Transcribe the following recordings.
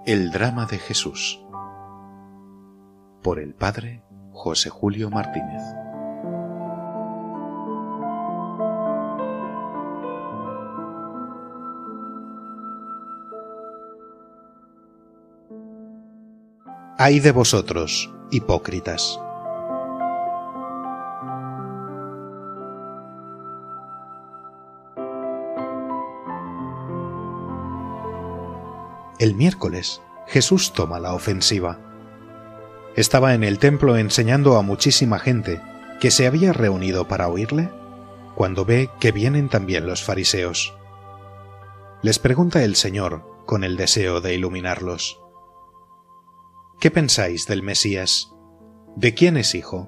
El drama de Jesús, por el padre José Julio Martínez. Ay de vosotros, hipócritas. El miércoles, Jesús toma la ofensiva. Estaba en el templo enseñando a muchísima gente que se había reunido para oírle, cuando ve que vienen también los fariseos. Les pregunta el Señor con el deseo de iluminarlos: ¿qué pensáis del Mesías? ¿De quién es hijo?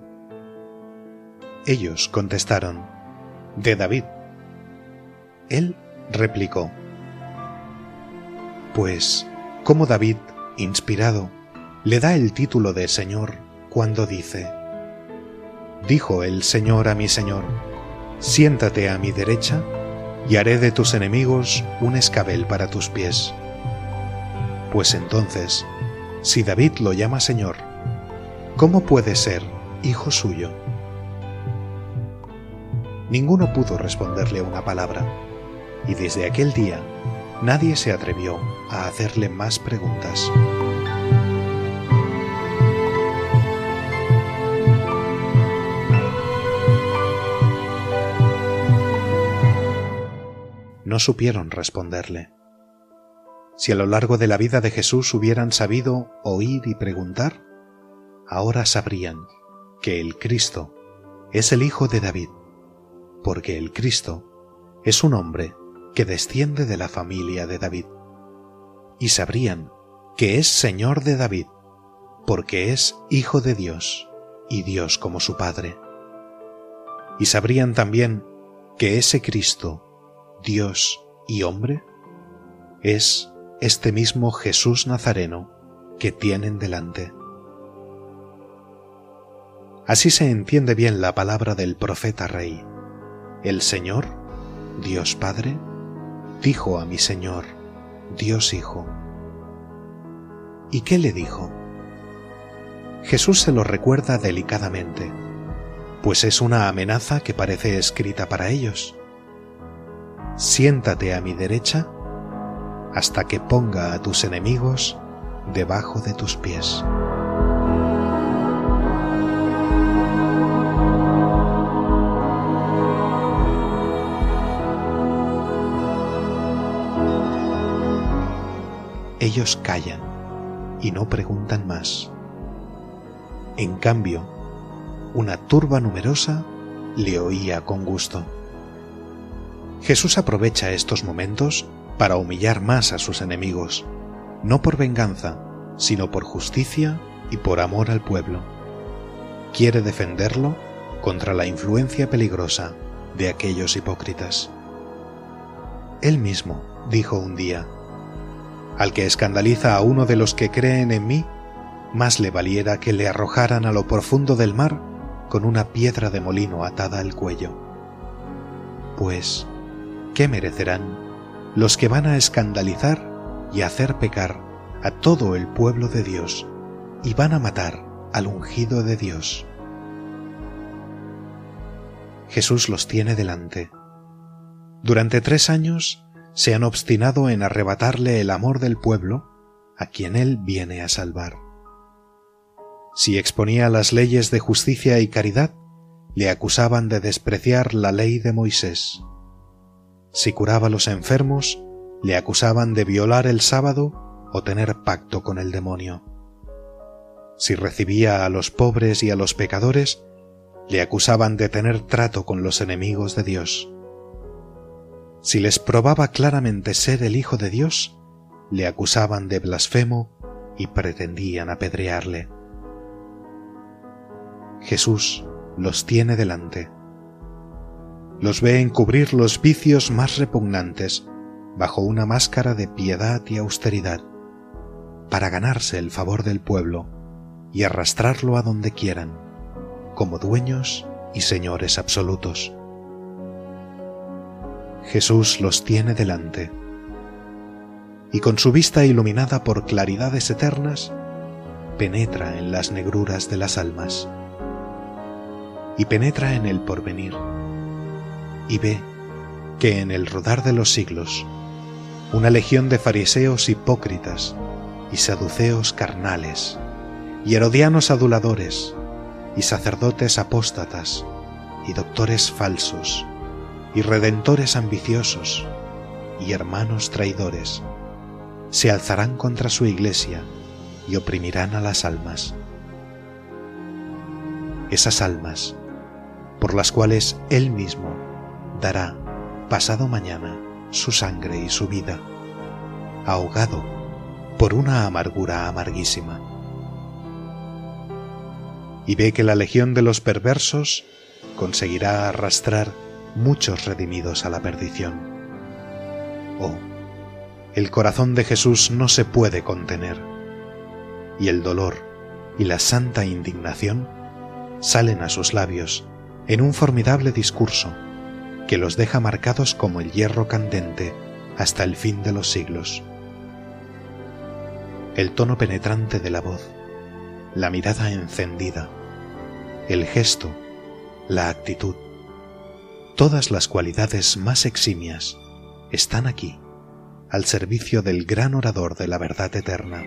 Ellos contestaron: de David. Él replicó: pues, ¿cómo David, inspirado, le da el título de Señor cuando dice: dijo el Señor a mi Señor, siéntate a mi derecha y haré de tus enemigos un escabel para tus pies? Pues entonces, si David lo llama Señor, ¿cómo puede ser hijo suyo? Ninguno pudo responderle una palabra, y desde aquel día nadie se atrevió a hacerle más preguntas. No supieron responderle. Si a lo largo de la vida de Jesús hubieran sabido oír y preguntar, ahora sabrían que el Cristo es el Hijo de David, porque el Cristo es un hombre que desciende de la familia de David, y sabrían que es Señor de David, porque es Hijo de Dios y Dios como su Padre. Y sabrían también que ese Cristo, Dios y hombre, es este mismo Jesús Nazareno que tienen delante. Así se entiende bien la palabra del profeta rey: el Señor, Dios Padre, dijo a mi Señor, Dios Hijo. ¿Y qué le dijo? Jesús se lo recuerda delicadamente, pues es una amenaza que parece escrita para ellos. Siéntate a mi derecha hasta que ponga a tus enemigos debajo de tus pies. Ellos callan y no preguntan más. En cambio, una turba numerosa le oía con gusto. Jesús aprovecha estos momentos para humillar más a sus enemigos, no por venganza, sino por justicia y por amor al pueblo. Quiere defenderlo contra la influencia peligrosa de aquellos hipócritas. Él mismo dijo un día: al que escandaliza a uno de los que creen en mí, más le valiera que le arrojaran a lo profundo del mar con una piedra de molino atada al cuello. Pues, ¿qué merecerán los que van a escandalizar y hacer pecar a todo el pueblo de Dios y van a matar al ungido de Dios? Jesús los tiene delante. Durante 3 años se han obstinado en arrebatarle el amor del pueblo a quien él viene a salvar. Si exponía las leyes de justicia y caridad, le acusaban de despreciar la ley de Moisés. Si curaba a los enfermos, le acusaban de violar el sábado o tener pacto con el demonio. Si recibía a los pobres y a los pecadores, le acusaban de tener trato con los enemigos de Dios. Si les probaba claramente ser el Hijo de Dios, le acusaban de blasfemo y pretendían apedrearle. Jesús los tiene delante. Los ve encubrir los vicios más repugnantes bajo una máscara de piedad y austeridad, para ganarse el favor del pueblo y arrastrarlo a donde quieran, como dueños y señores absolutos. Jesús los tiene delante. y con su vista iluminada por claridades eternas, penetra en las negruras de las almas, y penetra en el porvenir, y ve que en el rodar de los siglos una legión de fariseos hipócritas y saduceos carnales, y herodianos aduladores, y sacerdotes apóstatas, y doctores falsos, y redentores ambiciosos, y hermanos traidores, se alzarán contra su iglesia y oprimirán a las almas. Esas almas, por las cuales Él mismo dará pasado mañana su sangre y su vida, ahogado por una amargura amarguísima. Y ve que la legión de los perversos conseguirá arrastrar muchos redimidos a la perdición. Oh, el corazón de Jesús no se puede contener, y el dolor y la santa indignación salen a sus labios en un formidable discurso que los deja marcados como el hierro candente hasta el fin de los siglos. El tono penetrante de la voz, la mirada encendida, el gesto, la actitud, todas las cualidades más eximias están aquí, al servicio del gran orador de la verdad eterna.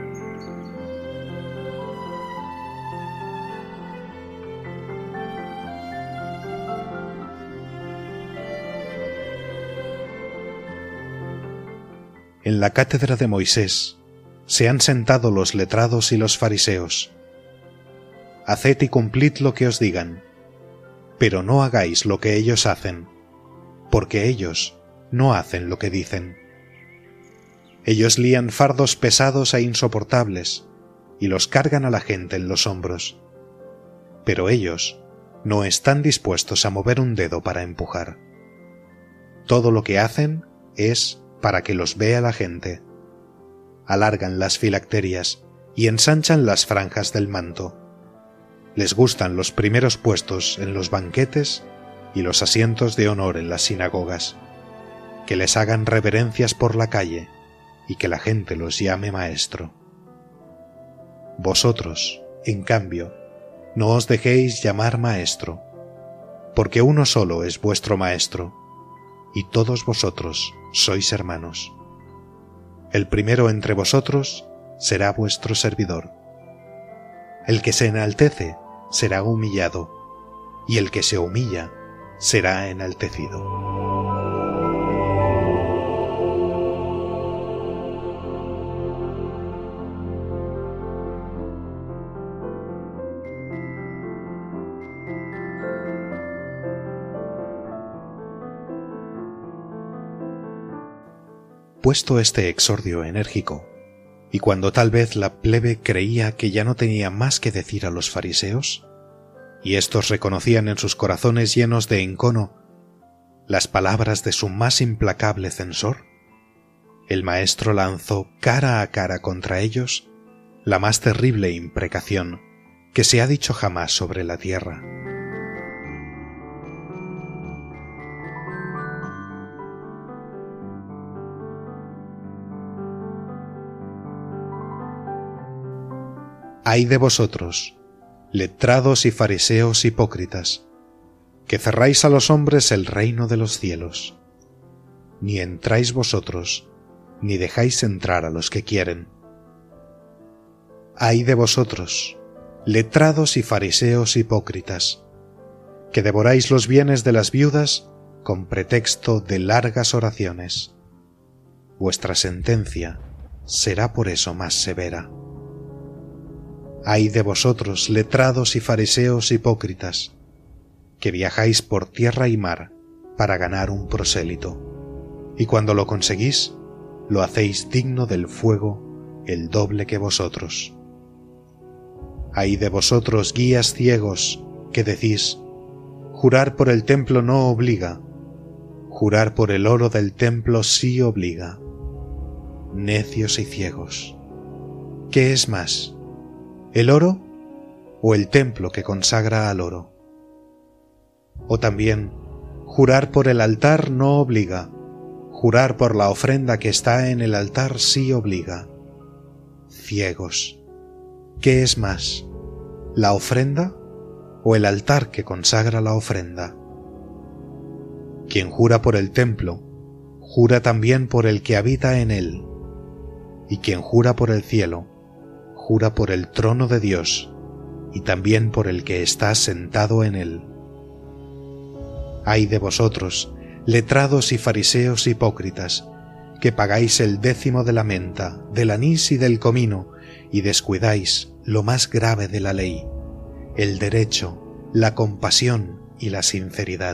En la cátedra de Moisés se han sentado los letrados y los fariseos. Haced y cumplid lo que os digan, pero no hagáis lo que ellos hacen, porque ellos no hacen lo que dicen. Ellos lían fardos pesados e insoportables y los cargan a la gente en los hombros, pero ellos no están dispuestos a mover un dedo para empujar. Todo lo que hacen es para que los vea la gente. Alargan las filacterias y ensanchan las franjas del manto. Les gustan los primeros puestos en los banquetes y los asientos de honor en las sinagogas, que les hagan reverencias por la calle y que la gente los llame maestro. Vosotros, en cambio, no os dejéis llamar maestro, porque uno solo es vuestro maestro, y todos vosotros sois hermanos. El primero entre vosotros será vuestro servidor. El que se enaltece será humillado, y el que se humilla será enaltecido. Puesto este exordio enérgico, y cuando tal vez la plebe creía que ya no tenía más que decir a los fariseos, y éstos reconocían en sus corazones llenos de encono las palabras de su más implacable censor, el maestro lanzó cara a cara contra ellos la más terrible imprecación que se ha dicho jamás sobre la tierra. ¡Ay de vosotros, letrados y fariseos hipócritas, que cerráis a los hombres el reino de los cielos! Ni entráis vosotros, ni dejáis entrar a los que quieren. ¡Ay de vosotros, letrados y fariseos hipócritas, que devoráis los bienes de las viudas con pretexto de largas oraciones! Vuestra sentencia será por eso más severa. ¡Ay de vosotros, letrados y fariseos hipócritas, que viajáis por tierra y mar para ganar un prosélito, y cuando lo conseguís, lo hacéis digno del fuego el doble que vosotros! ¡Ay de vosotros, guías ciegos, que decís: jurar por el templo no obliga, jurar por el oro del templo sí obliga! Necios y ciegos, ¿qué es más, el oro o el templo que consagra al oro? O también, jurar por el altar no obliga, Jurar por la ofrenda que está en el altar sí obliga. Ciegos. ¿Qué es más, la ofrenda o el altar que consagra la ofrenda? Quien jura por el templo, jura también por el que habita en él, y quien jura por el cielo, jura por el trono de Dios, y también por el que está sentado en él. Ay de vosotros, letrados y fariseos hipócritas, que pagáis el 10 de la menta, del anís y del comino, y descuidáis lo más grave de la ley, el derecho, la compasión y la sinceridad.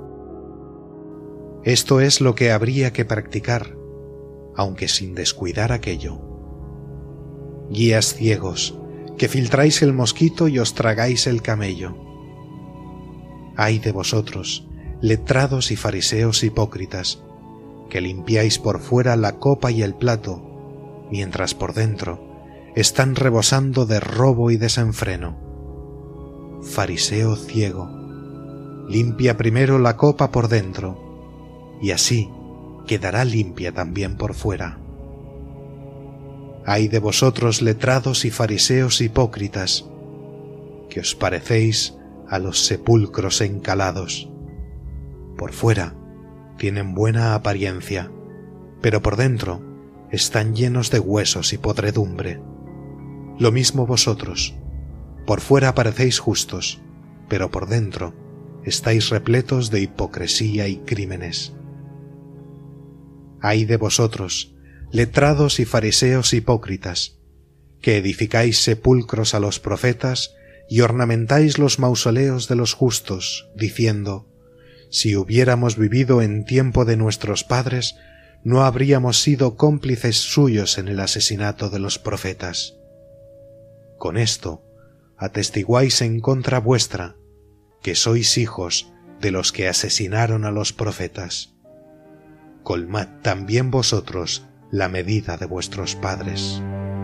Esto es lo que habría que practicar, aunque sin descuidar aquello. Guías ciegos, que filtráis el mosquito y os tragáis el camello. Ay de vosotros, letrados y fariseos hipócritas, que limpiáis por fuera la copa y el plato, mientras por dentro están rebosando de robo y desenfreno. Fariseo ciego, limpia primero la copa por dentro, y así quedará limpia también por fuera. Ay de vosotros, letrados y fariseos hipócritas, que os parecéis a los sepulcros encalados. Por fuera tienen buena apariencia, pero por dentro están llenos de huesos y podredumbre. Lo mismo vosotros, por fuera parecéis justos, pero por dentro estáis repletos de hipocresía y crímenes. Ay de vosotros, letrados y fariseos hipócritas, que edificáis sepulcros a los profetas y ornamentáis los mausoleos de los justos, diciendo: si hubiéramos vivido en tiempo de nuestros padres, no habríamos sido cómplices suyos en el asesinato de los profetas. Con esto atestiguáis en contra vuestra que sois hijos de los que asesinaron a los profetas. Colmad también vosotros la medida de vuestros padres.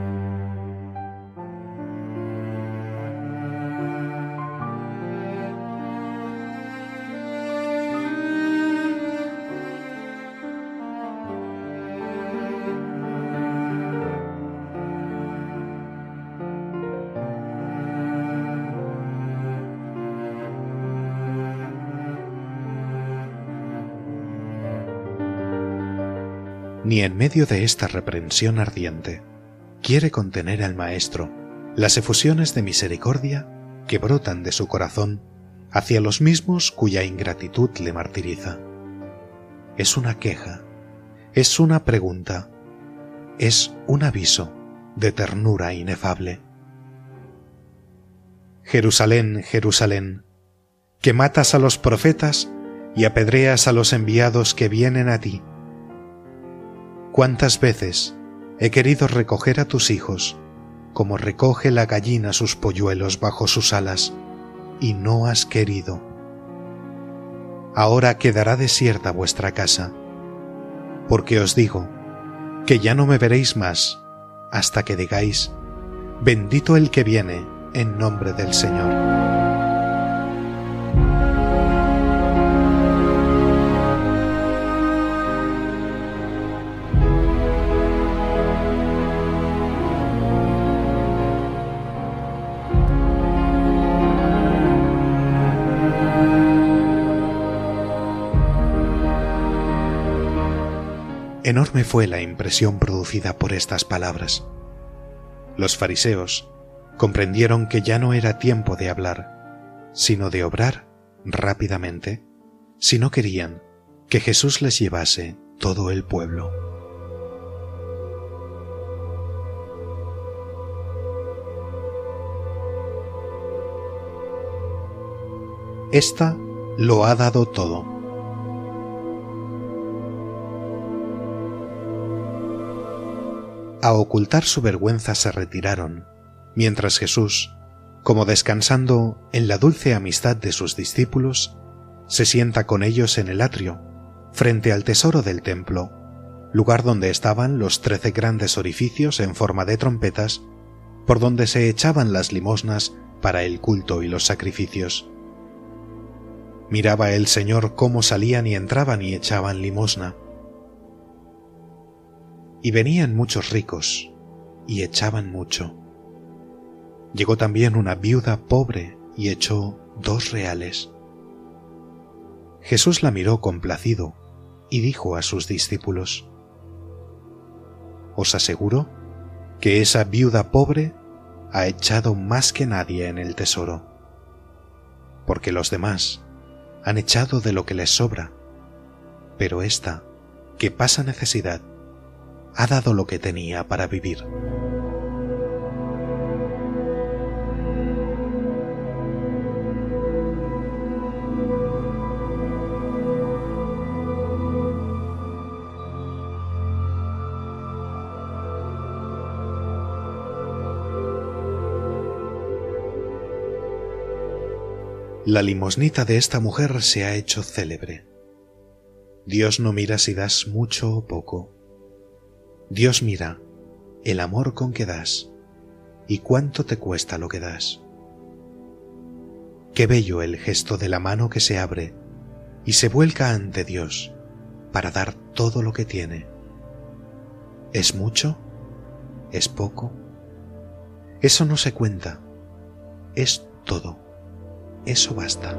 Ni en medio de esta reprensión ardiente quiere contener al Maestro las efusiones de misericordia que brotan de su corazón hacia los mismos cuya ingratitud le martiriza. Es una queja, es una pregunta, es un aviso de ternura inefable. Jerusalén, Jerusalén, que matas a los profetas y apedreas a los enviados que vienen a ti. ¿Cuántas veces he querido recoger a tus hijos, como recoge la gallina sus polluelos bajo sus alas, y no has querido? Ahora quedará desierta vuestra casa, porque os digo que ya no me veréis más hasta que digáis: bendito el que viene en nombre del Señor. Enorme fue la impresión producida por estas palabras. Los fariseos comprendieron que ya no era tiempo de hablar, sino de obrar rápidamente, si no querían que Jesús les llevase todo el pueblo. Esta lo ha dado todo. A ocultar su vergüenza se retiraron, mientras Jesús, como descansando en la dulce amistad de sus discípulos, se sienta con ellos en el atrio, frente al tesoro del templo, lugar donde estaban los 13 grandes orificios en forma de trompetas, por donde se echaban las limosnas para el culto y los sacrificios. Miraba el Señor cómo salían y entraban y echaban limosna, Y venían muchos ricos, y echaban mucho. Llegó también una viuda pobre, y echó 2 reales. Jesús la miró complacido, y dijo a sus discípulos: Os aseguro que esa viuda pobre ha echado más que nadie en el tesoro, porque los demás han echado de lo que les sobra, pero ésta, que pasa necesidad, ha dado lo que tenía para vivir. La limosnita de esta mujer se ha hecho célebre. Dios no mira si das mucho o poco. Dios mira el amor con que das y cuánto te cuesta lo que das. Qué bello el gesto de la mano que se abre y se vuelca ante Dios para dar todo lo que tiene. ¿Es mucho? ¿Es poco? Eso no se cuenta. Es todo. Eso basta.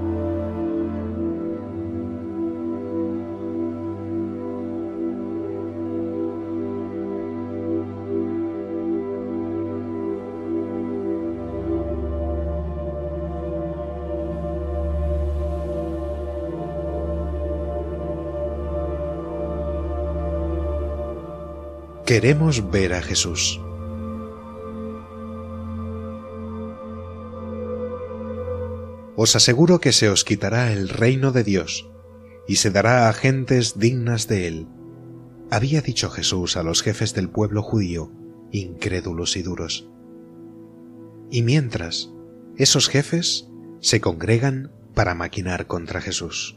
Queremos ver a Jesús. Os aseguro que se os quitará el reino de Dios y se dará a gentes dignas de él, había dicho Jesús a los jefes del pueblo judío, incrédulos y duros. Y mientras, esos jefes se congregan para maquinar contra Jesús.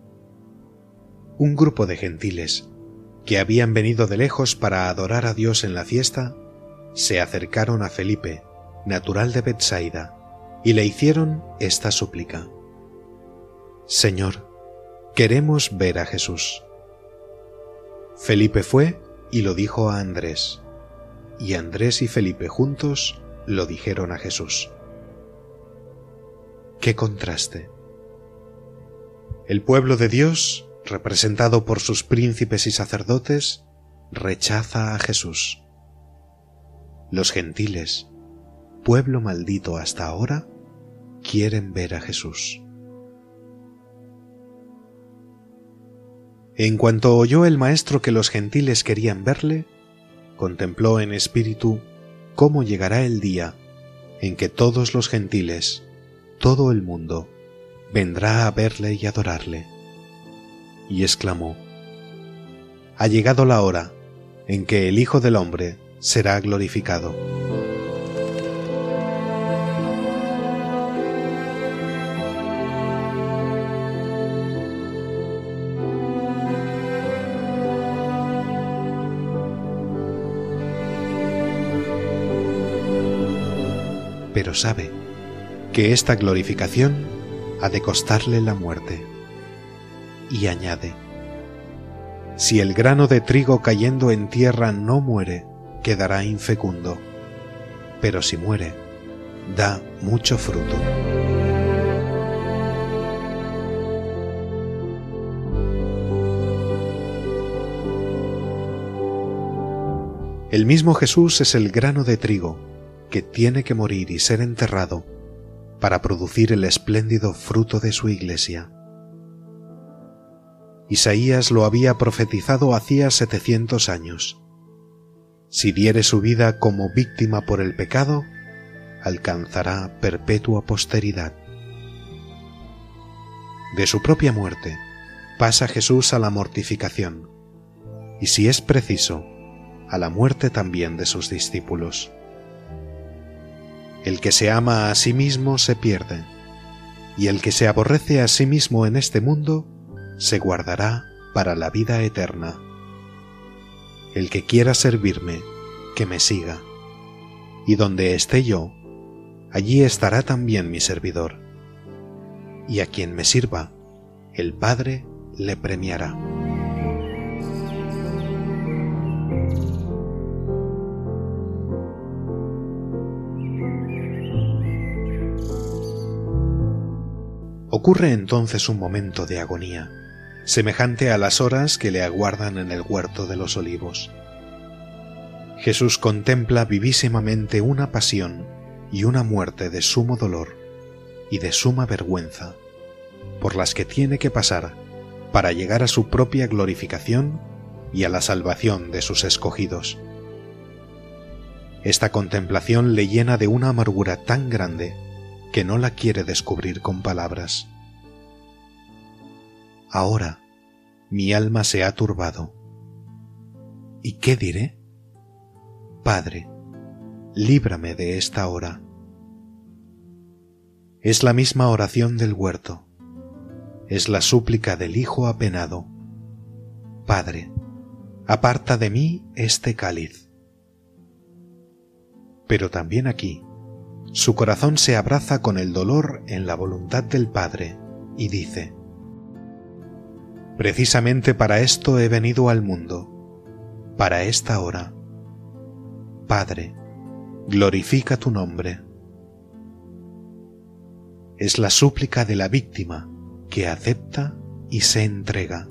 Un grupo de gentiles, que habían venido de lejos para adorar a Dios en la fiesta, se acercaron a Felipe, natural de Betsaida, y le hicieron esta súplica: Señor, queremos ver a Jesús. Felipe fue y lo dijo a Andrés, y Andrés y Felipe juntos lo dijeron a Jesús. ¡Qué contraste! El pueblo de Dios, representado por sus príncipes y sacerdotes, rechaza a Jesús. Los gentiles, pueblo maldito hasta ahora, quieren ver a Jesús. En cuanto oyó el maestro que los gentiles querían verle, contempló en espíritu cómo llegará el día en que todos los gentiles, todo el mundo, vendrá a verle y adorarle. Y exclamó: Ha llegado la hora en que el Hijo del Hombre será glorificado. Pero sabe que esta glorificación ha de costarle la muerte. Y añade: Si el grano de trigo cayendo en tierra no muere, quedará infecundo, pero si muere, da mucho fruto. El mismo Jesús es el grano de trigo que tiene que morir y ser enterrado para producir el espléndido fruto de su Iglesia. Isaías lo había profetizado hacía 700 años. Si diere su vida como víctima por el pecado, alcanzará perpetua posteridad. De su propia muerte pasa Jesús a la mortificación, y si es preciso, a la muerte también de sus discípulos. El que se ama a sí mismo se pierde, y el que se aborrece a sí mismo en este mundo se guardará para la vida eterna. El que quiera servirme, que me siga, y donde esté yo, allí estará también mi servidor, y a quien me sirva, el Padre le premiará. Ocurre entonces un momento de agonía, semejante a las horas que le aguardan en el huerto de los olivos. Jesús contempla vivísimamente una pasión y una muerte de sumo dolor y de suma vergüenza, por las que tiene que pasar para llegar a su propia glorificación y a la salvación de sus escogidos. Esta contemplación le llena de una amargura tan grande que no la quiere descubrir con palabras. Ahora mi alma se ha turbado. ¿Y qué diré? Padre, líbrame de esta hora. Es la misma oración del huerto. Es la súplica del Hijo apenado. Padre, aparta de mí este cáliz. Pero también aquí, su corazón se abraza con el dolor en la voluntad del Padre y dice: precisamente para esto he venido al mundo, para esta hora. Padre, glorifica tu nombre. Es la súplica de la víctima que acepta y se entrega.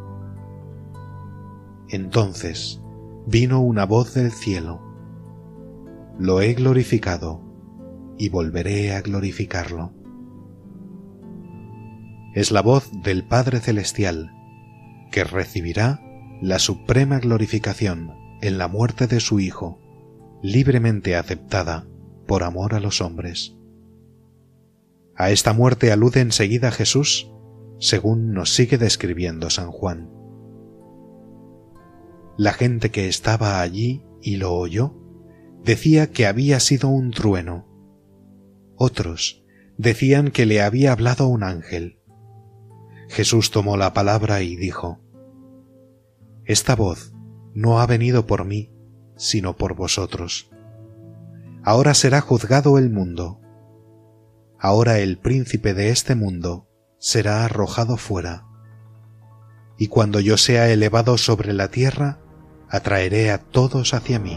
Entonces vino una voz del cielo: lo he glorificado y volveré a glorificarlo. Es la voz del Padre Celestial, que recibirá la suprema glorificación en la muerte de su Hijo, libremente aceptada por amor a los hombres. A esta muerte alude enseguida Jesús, según nos sigue describiendo San Juan. La gente que estaba allí y lo oyó decía que había sido un trueno. Otros decían que le había hablado un ángel. Jesús tomó la palabra y dijo: esta voz no ha venido por mí, sino por vosotros. Ahora será juzgado el mundo. Ahora el príncipe de este mundo será arrojado fuera. Y cuando yo sea elevado sobre la tierra, atraeré a todos hacia mí.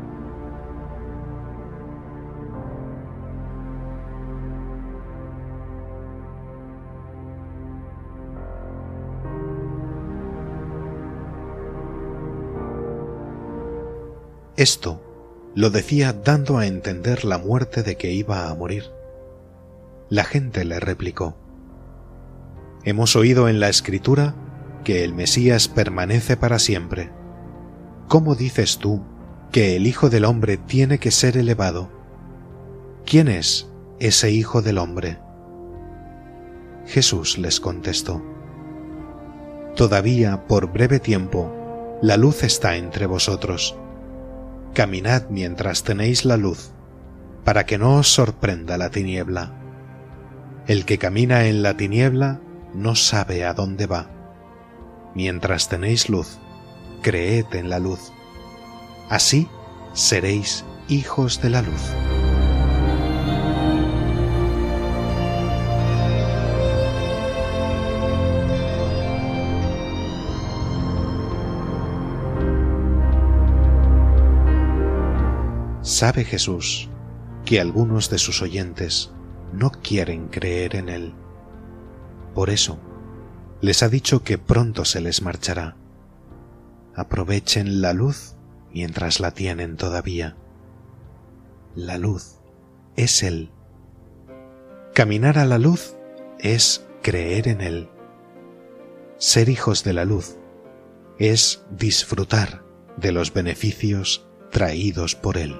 Esto lo decía dando a entender la muerte de que iba a morir. La gente le replicó: hemos oído en la Escritura que el Mesías permanece para siempre. ¿Cómo dices tú que el Hijo del Hombre tiene que ser elevado? ¿Quién es ese Hijo del Hombre? Jesús les contestó: todavía por breve tiempo la luz está entre vosotros. Caminad mientras tenéis la luz, para que no os sorprenda la tiniebla. El que camina en la tiniebla no sabe a dónde va. Mientras tenéis luz, creed en la luz. Así seréis hijos de la luz. Sabe Jesús que algunos de sus oyentes no quieren creer en él. Por eso, les ha dicho que pronto se les marchará. Aprovechen la luz mientras la tienen todavía. La luz es Él. Caminar a la luz es creer en Él. Ser hijos de la luz es disfrutar de los beneficios traídos por Él.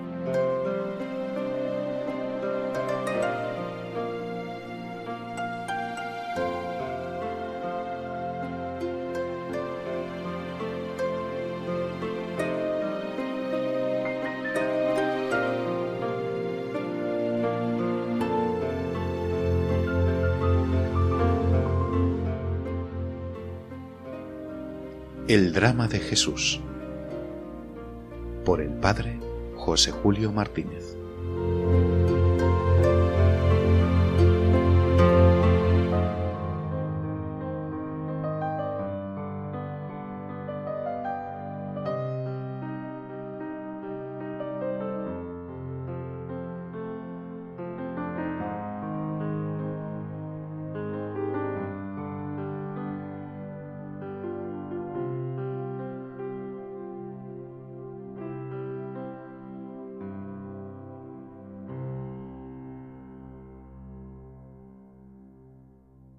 El drama de Jesús, por el padre José Julio Martínez.